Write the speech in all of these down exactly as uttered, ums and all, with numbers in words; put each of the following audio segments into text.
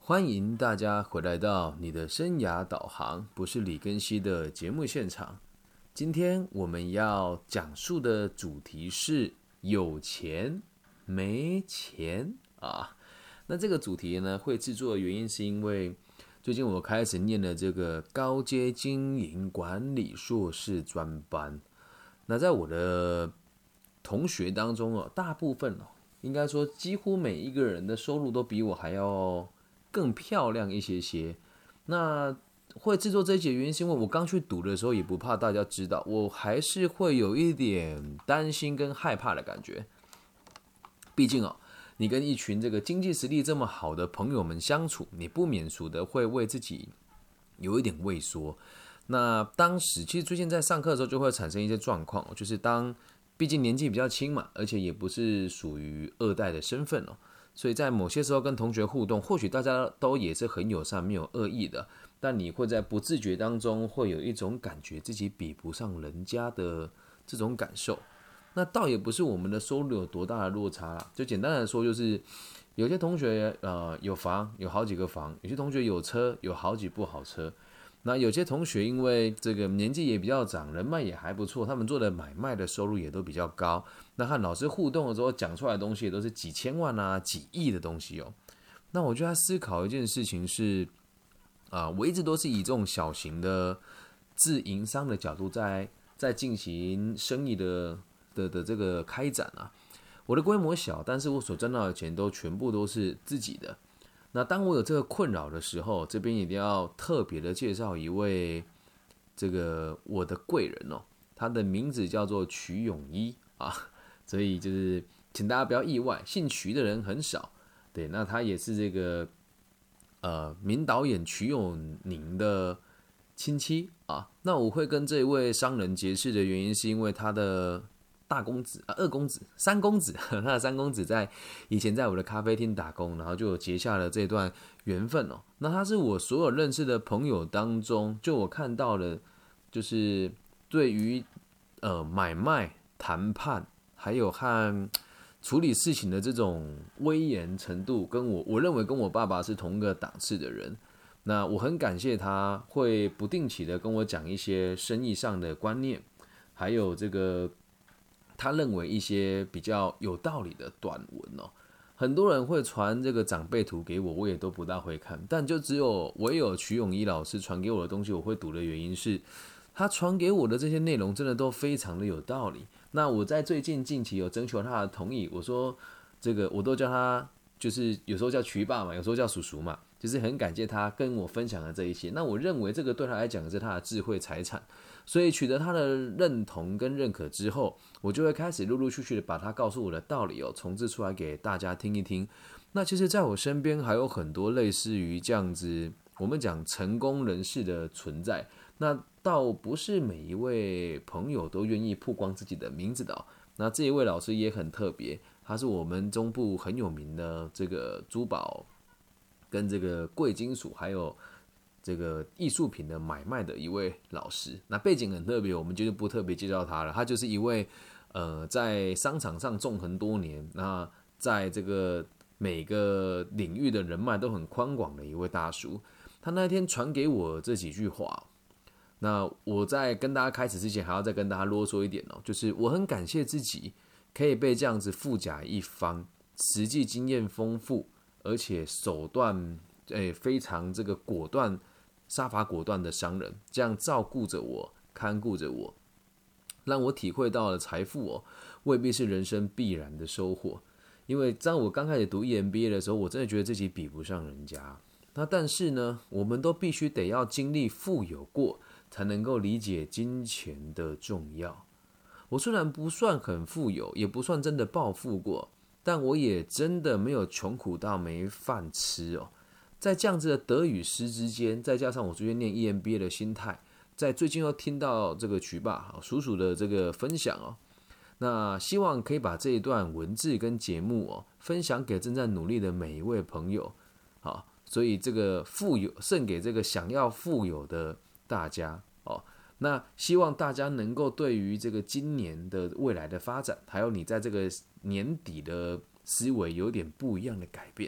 欢迎大家回来到你的生涯导航，不是李根熙的节目现场。今天我们要讲述的主题是有钱没钱啊。那这个主题呢，会制作的原因是因为最近我开始念了这个高阶经营管理硕士专班。那在我的同学当中哦，大部分哦，应该说几乎每一个人的收入都比我还要更漂亮一些些。那会制作这一节原因是因为我刚去读的时候也不怕大家知道，我还是会有一点担心跟害怕的感觉。毕竟哦，你跟一群这个经济实力这么好的朋友们相处，你不免俗的会为自己有一点畏缩。那当时其实最近在上课的时候就会产生一些状况，就是当毕竟年纪比较轻嘛，而且也不是属于二代的身份哦，所以在某些时候跟同学互动，或许大家都也是很友善，没有恶意的，但你会在不自觉当中会有一种感觉自己比不上人家的这种感受。那倒也不是我们的收入有多大的落差啦，就简单的说，就是有些同学呃有房，有好几个房；有些同学有车，有好几部好车。那有些同学因为这个年纪也比较长，人脉也还不错，他们做的买卖的收入也都比较高。那和老师互动的时候讲出来的东西也都是几千万啊、几亿的东西哦。那我就在思考一件事情是，啊、呃，我一直都是以这种小型的自营商的角度在在进行生意的的的这个开展啊。我的规模小，但是我所赚到的钱都全部都是自己的。那当我有这个困扰的时候，这边一定要特别的介绍一位这个我的贵人哦，他的名字叫做瞿永一啊，所以就是请大家不要意外，姓瞿的人很少。对，那他也是这个呃名导演瞿友宁的亲戚啊。那我会跟这一位商人结识的原因，是因为他的大公子啊，二公子、三公子，他的三公子在以前在我的咖啡厅打工，然后就有结下了这段缘分哦。那他是我所有认识的朋友当中，就我看到的，就是对于呃买卖、谈判，还有和处理事情的这种威严程度，跟我我认为跟我爸爸是同一个档次的人。那我很感谢他会不定期的跟我讲一些生意上的观念，还有这个他认为一些比较有道理的短文哦。很多人会传这个长辈图给我，我也都不大会看，但就只有唯有瞿永一老师传给我的东西我会读的原因是，他传给我的这些内容真的都非常的有道理。那我在最近近期有征求他的同意，我说这个我都叫他，就是有时候叫瞿爸嘛，有时候叫叔叔嘛，就是很感谢他跟我分享的这一些。那我认为这个对他来讲是他的智慧财产，所以取得他的认同跟认可之后，我就会开始陆陆续续的把他告诉我的道理哦，重制出来给大家听一听。那其实在我身边还有很多类似于这样子，我们讲成功人士的存在。那倒不是每一位朋友都愿意曝光自己的名字的哦。那这一位老师也很特别，他是我们中部很有名的这个珠宝跟这个贵金属还有这个艺术品的买卖的一位老师。那背景很特别，我们就不特别介绍他了。他就是一位呃在商场上纵横多年，那在这个每个领域的人脉都很宽广的一位大叔。他那天传给我这几句话，那我在跟大家开始之前，还要再跟大家啰嗦一点哦，就是我很感谢自己可以被这样子富甲一方、实际经验丰富，而且手段诶非常这个果断、杀伐果断的商人，这样照顾着我、看顾着我，让我体会到了财富哦，未必是人生必然的收获。因为在我刚开始读 E M B A 的时候，我真的觉得自己比不上人家。那但是呢，我们都必须得要经历富有过，才能够理解金钱的重要。我虽然不算很富有，也不算真的暴富过，但我也真的没有穷苦到没饭吃哦。在这样子的得与失之间，再加上我最近念 E M B A 的心态，在最近又听到这个瞿爸叔叔的这个分享哦，那希望可以把这一段文字跟节目哦，分享给正在努力的每一位朋友。好，所以这个富有赠给这个想要富有的大家哦。那希望大家能够对于这个今年的未来的发展，还有你在这个年底的思维有点不一样的改变。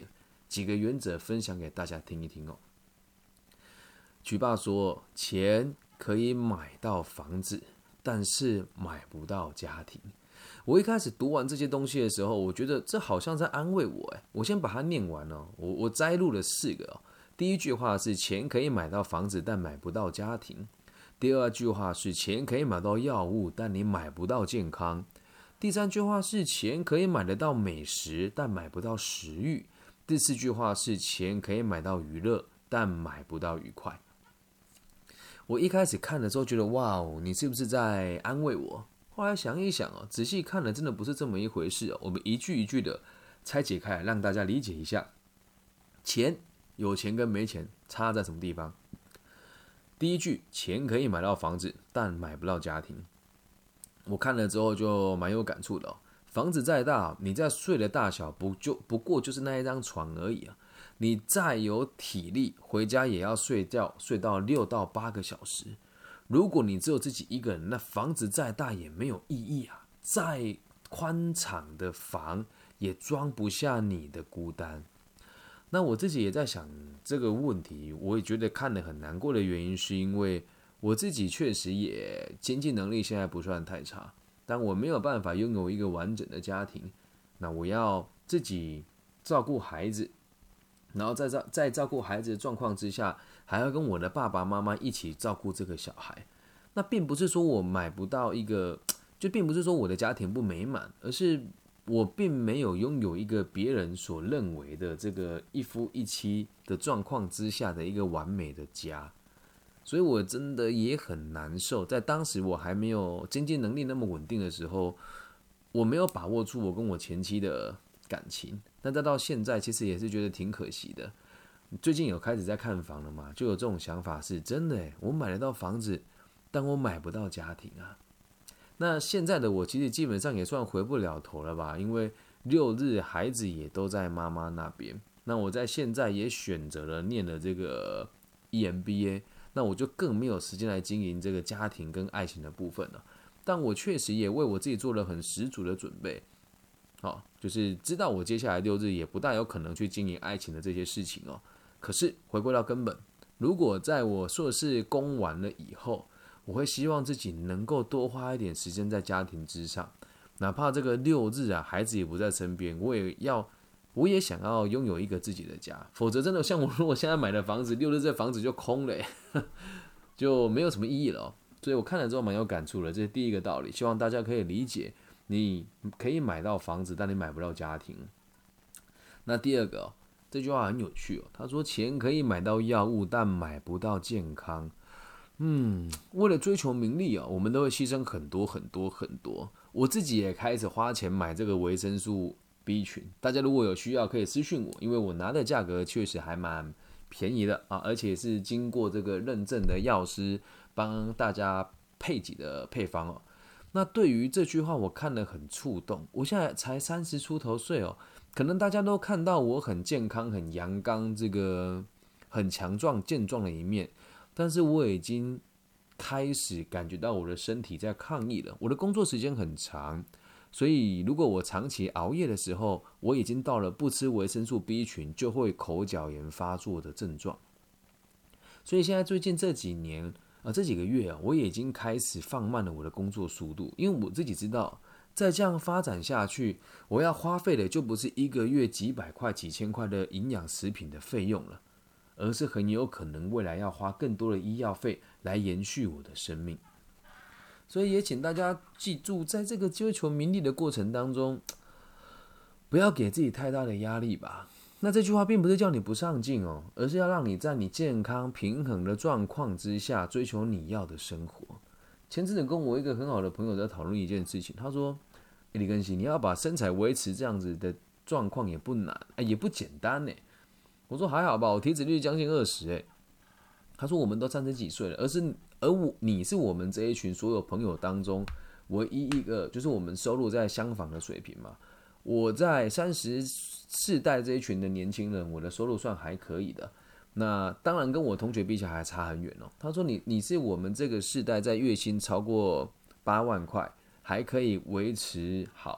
几个原则分享给大家听一听哦。曲爸说，钱可以买到房子，但是买不到家庭。我一开始读完这些东西的时候，我觉得这好像在安慰我。哎，我先把它念完哦。我我摘录了四个哦。第一句话是钱可以买到房子，但买不到家庭。第二句话是钱可以买到药物，但你买不到健康。第三句话是钱可以买得到美食，但买不到食欲。第四句话是钱可以买到娱乐，但买不到愉快。我一开始看的时候觉得，哇哦，你是不是在安慰我？后来想一想哦，仔细看了，真的不是这么一回事哦。我们一句一句的拆解开来，让大家理解一下，钱有钱跟没钱差在什么地方？第一句，钱可以买到房子，但买不到家庭。我看了之后就蛮有感触的哦。房子再大，你在睡的大小不就不过就是那一张床而已啊。你再有体力，回家也要睡觉，睡到六到八个小时。如果你只有自己一个人，那房子再大也没有意义啊！再宽敞的房也装不下你的孤单。那我自己也在想这个问题，我也觉得看得很难过的原因，是因为我自己确实也经济能力现在不算太差，但我没有办法拥有一个完整的家庭。那我要自己照顾孩子。然后在照在照顾孩子的状况之下，还要跟我的爸爸妈妈一起照顾这个小孩。那并不是说我买不到一个，就并不是说我的家庭不美满，而是我并没有拥有一个别人所认为的这个一夫一妻的状况之下的一个完美的家。所以我真的也很难受。在当时我还没有经济能力那么稳定的时候，我没有把握住我跟我前妻的感情。但再到现在，其实也是觉得挺可惜的。最近有开始在看房了嘛，就有这种想法，是真的耶，我买得到房子，但我买不到家庭啊。那现在的我其实基本上也算回不了头了吧，因为六日孩子也都在妈妈那边。那我在现在也选择了念了这个 E M B A， 那我就更没有时间来经营这个家庭跟爱情的部分了。但我确实也为我自己做了很十足的准备。哦，就是知道我接下来六日也不大有可能去经营爱情的这些事情哦。可是回归到根本，如果在我硕士攻完了以后，我会希望自己能够多花一点时间在家庭之上，哪怕这个六日啊，孩子也不在身边，我也要，我也想要拥有一个自己的家。否则真的像我如果现在买的房子，六日这房子就空了耶，就没有什么意义了哦。所以我看了之后蛮有感触的，这是第一个道理，希望大家可以理解。你可以买到房子，但你买不到家庭。那第二个、哦，这句话很有趣哦。他说：“钱可以买到药物，但买不到健康。”嗯，为了追求名利啊、哦，我们都会牺牲很多很多很多。我自己也开始花钱买这个维生素 B 群。大家如果有需要，可以私讯我，因为我拿的价格确实还蛮便宜的啊，而且是经过这个认证的药师帮大家配给的配方哦。那对于这句话，我看了很触动。我现在才三十出头岁哦，可能大家都看到我很健康、很阳刚、这个很强壮、健壮的一面，但是我已经开始感觉到我的身体在抗议了。我的工作时间很长，所以如果我长期熬夜的时候，我已经到了不吃维生素 B 群就会口角炎发作的症状。所以现在最近这几年。啊，这几个月啊，我也已经开始放慢了我的工作速度，因为我自己知道，再这样发展下去，我要花费的就不是一个月几百块、几千块的营养食品的费用了，而是很有可能未来要花更多的医药费来延续我的生命。所以也请大家记住，在这个追求名利的过程当中，不要给自己太大的压力吧。那这句话并不是叫你不上进哦，而是要让你在你健康平衡的状况之下追求你要的生活。前阵子跟我一个很好的朋友在讨论一件事情，他说：“欸、李根熙，你要把身材维持这样子的状况也不难，欸、也不简单呢。”我说：“还好吧，我体脂率将近二十哎。”他说：“我们都三十几岁了，而是而我你是我们这一群所有朋友当中唯一一个，就是我们收入在相仿的水平嘛。我在三十。”世代这一群的年轻人，我的收入算还可以的。那当然跟我同学比起来还差很远哦。他说你你是我们这个世代在月薪超过八万块，还可以维持好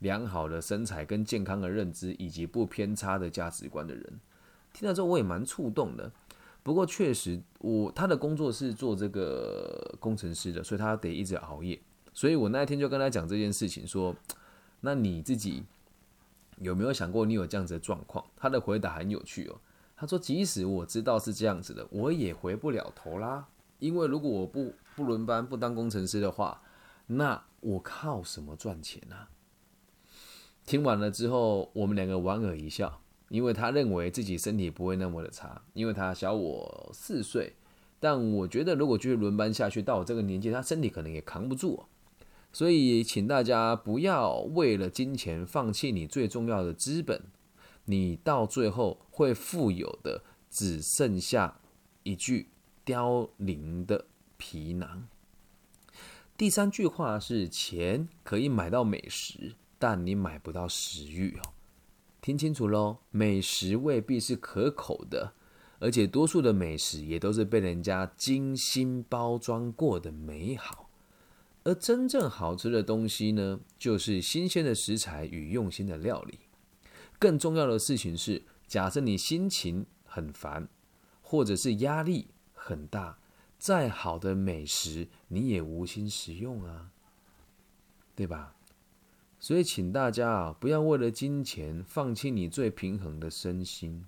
良好的身材跟健康的认知，以及不偏差的价值观的人。听到之后我也蛮触动的。不过确实我他的工作是做这个工程师的，所以他得一直熬夜。所以我那一天就跟他讲这件事情，说那你自己有没有想过你有这样子的状况？他的回答很有趣哦。他说即使我知道是这样子的，我也回不了头啦。因为如果我不不轮班不当工程师的话，那我靠什么赚钱啊？听完了之后，我们两个莞尔一笑，因为他认为自己身体不会那么的差，因为他小我四岁。但我觉得如果继续轮班下去，到我这个年纪，他身体可能也扛不住哦。所以请大家不要为了金钱放弃你最重要的资本，你到最后会富有的只剩下一具凋零的皮囊。第三句话是钱可以买到美食，但你买不到食欲哦。听清楚咯，美食未必是可口的，而且多数的美食也都是被人家精心包装过的美好。而真正好吃的东西呢，就是新鲜的食材与用心的料理。更重要的事情是，假设你心情很烦，或者是压力很大，再好的美食你也无心食用啊，对吧？所以请大家啊，不要为了金钱放弃你最平衡的身心。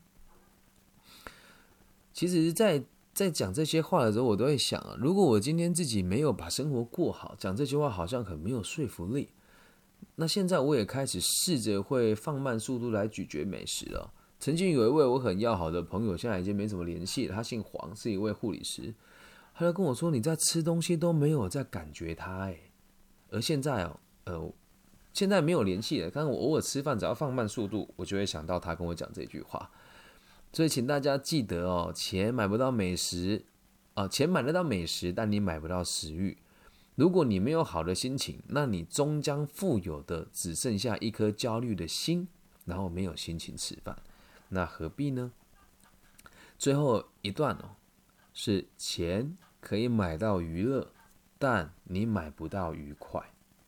其实在在讲这些话的时候，我都会想啊，如果我今天自己没有把生活过好，讲这句话好像很没有说服力。那现在我也开始试着会放慢速度来咀嚼美食了。曾经有一位我很要好的朋友，现在已经没什么联系了，他姓黄，是一位护理师。他就跟我说，你在吃东西都没有在感觉它哎。而现在哦，呃，现在没有联系了，但是我偶尔吃饭只要放慢速度，我就会想到他跟我讲这句话。所以请大家记得哦，钱买不到美食，啊、呃，钱买得到美食，但你买不到食欲。如果你没有好的心情，那你终将富有的只剩下一颗焦虑的心，然后没有心情吃饭，那何必呢？最后一段哦，是钱可以买到娱乐，但你买不到愉快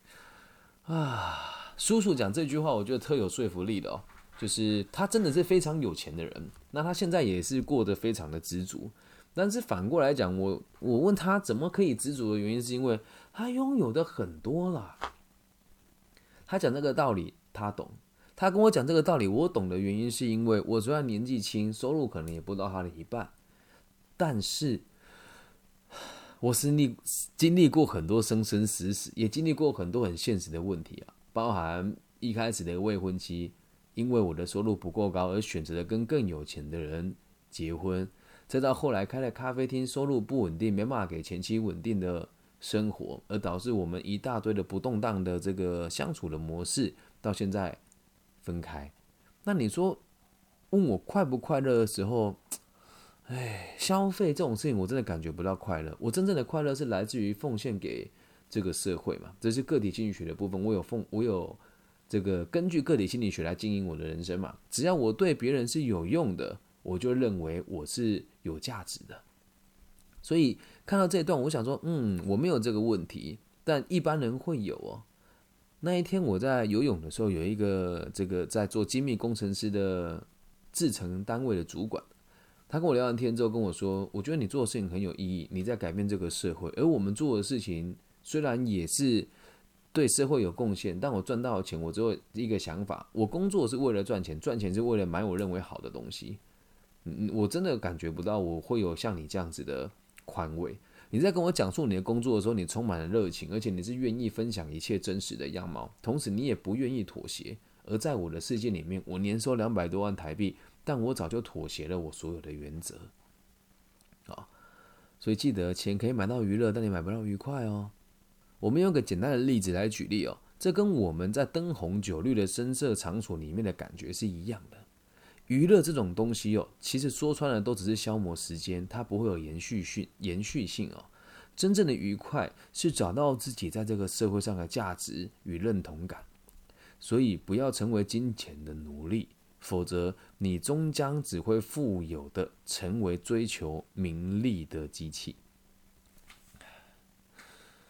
啊。叔叔讲这句话，我觉得特有说服力的哦。就是他真的是非常有钱的人，那他现在也是过得非常的知足。但是反过来讲，我我问他怎么可以知足的原因，是因为他拥有的很多啦。他讲这个道理，他懂。他跟我讲这个道理，我懂的原因是因为我虽然年纪轻，收入可能也不到他的一半，但是我是经历过很多生生死死，也经历过很多很现实的问题啊，包含一开始的未婚妻。因为我的收入不够高而选择了跟更有钱的人结婚，再到后来开了咖啡厅，收入不稳定，没办法给前妻稳定的生活，而导致我们一大堆的不动荡的这个相处的模式，到现在分开。那你说问我快不快乐的时候，哎，消费这种事情我真的感觉不到快乐。我真正的快乐是来自于奉献给这个社会嘛，这是个体经济学的部分。我有奉，我有。这个根据个体心理学来经营我的人生嘛，只要我对别人是有用的，我就认为我是有价值的。所以看到这一段，我想说，嗯，我没有这个问题，但一般人会有哦。那一天我在游泳的时候，有一个这个在做精密工程师的制程单位的主管，他跟我聊完天之后跟我说，我觉得你做的事情很有意义，你在改变这个社会，而我们做的事情虽然也是对社会有贡献，但我赚到的钱，我只有一个想法：我工作是为了赚钱，赚钱是为了买我认为好的东西。嗯，我真的感觉不到我会有像你这样子的宽慰。你在跟我讲述你的工作的时候，你充满了热情，而且你是愿意分享一切真实的样貌，同时你也不愿意妥协。而在我的世界里面，我年收两百多万台币，但我早就妥协了我所有的原则。啊，所以记得钱可以买到娱乐，但你买不到愉快哦。我们用个简单的例子来举例哦，这跟我们在灯红酒绿的声色场所里面的感觉是一样的。娱乐这种东西哦，其实说穿了都只是消磨时间，它不会有延续性。延续性哦，真正的愉快是找到自己在这个社会上的价值与认同感。所以不要成为金钱的奴隶，否则你终将只会富有的成为追求名利的机器。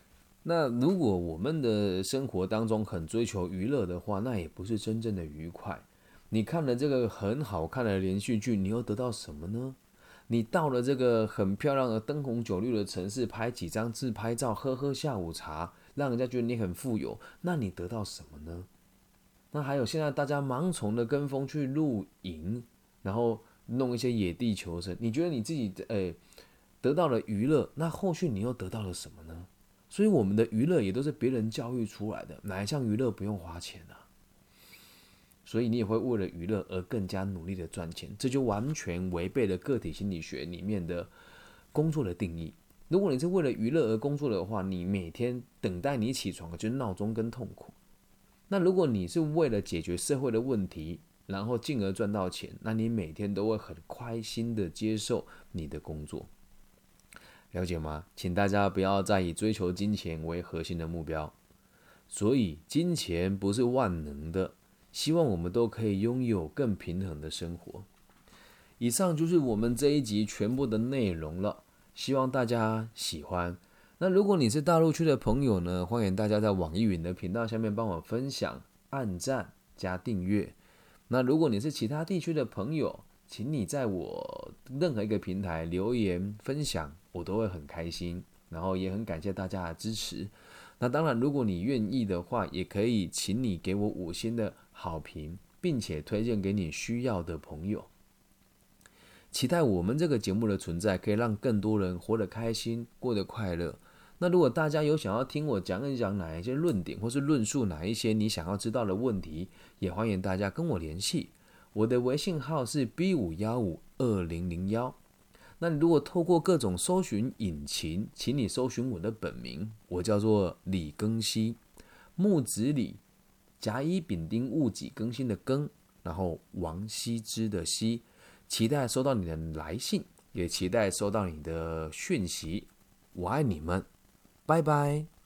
那如果我们的生活当中很追求娱乐的话，那也不是真正的愉快。你看了这个很好看的连续剧，你又得到什么呢？你到了这个很漂亮的灯红酒绿的城市，拍几张自拍照，喝喝下午茶，让人家觉得你很富有，那你得到什么呢？那还有现在大家盲从的跟风去露营，然后弄一些野地求生，你觉得你自己呃得到了娱乐，那后续你又得到了什么呢？所以我们的娱乐也都是别人教育出来的，哪一项娱乐不用花钱啊？所以你也会为了娱乐而更加努力的赚钱，这就完全违背了个体心理学里面的工作的定义。如果你是为了娱乐而工作的话，你每天等待你起床的就是闹钟跟痛苦。那如果你是为了解决社会的问题，然后进而赚到钱，那你每天都会很开心的接受你的工作。了解吗？请大家不要再以追求金钱为核心的目标。所以金钱不是万能的，希望我们都可以拥有更平衡的生活。以上就是我们这一集全部的内容了，希望大家喜欢。那如果你是大陆区的朋友呢，欢迎大家在网易云的频道下面帮我分享、按赞加订阅。那如果你是其他地区的朋友，请你在我任何一个平台留言分享，我都会很开心，然后也很感谢大家的支持。那当然，如果你愿意的话，也可以请你给我五星的好评，并且推荐给你需要的朋友。期待我们这个节目的存在，可以让更多人活得开心，过得快乐。那如果大家有想要听我讲一讲哪一些论点，或是论述哪一些你想要知道的问题，也欢迎大家跟我联系。我的微信号是 B 五一五二零零一。那你如果透过各种搜寻引擎，请你搜寻我的本名，我叫做李庚希，木子李，甲乙丙丁戊己更新的更，然后王羲之的羲。期待收到你的来信，也期待收到你的讯息。我爱你们，拜拜。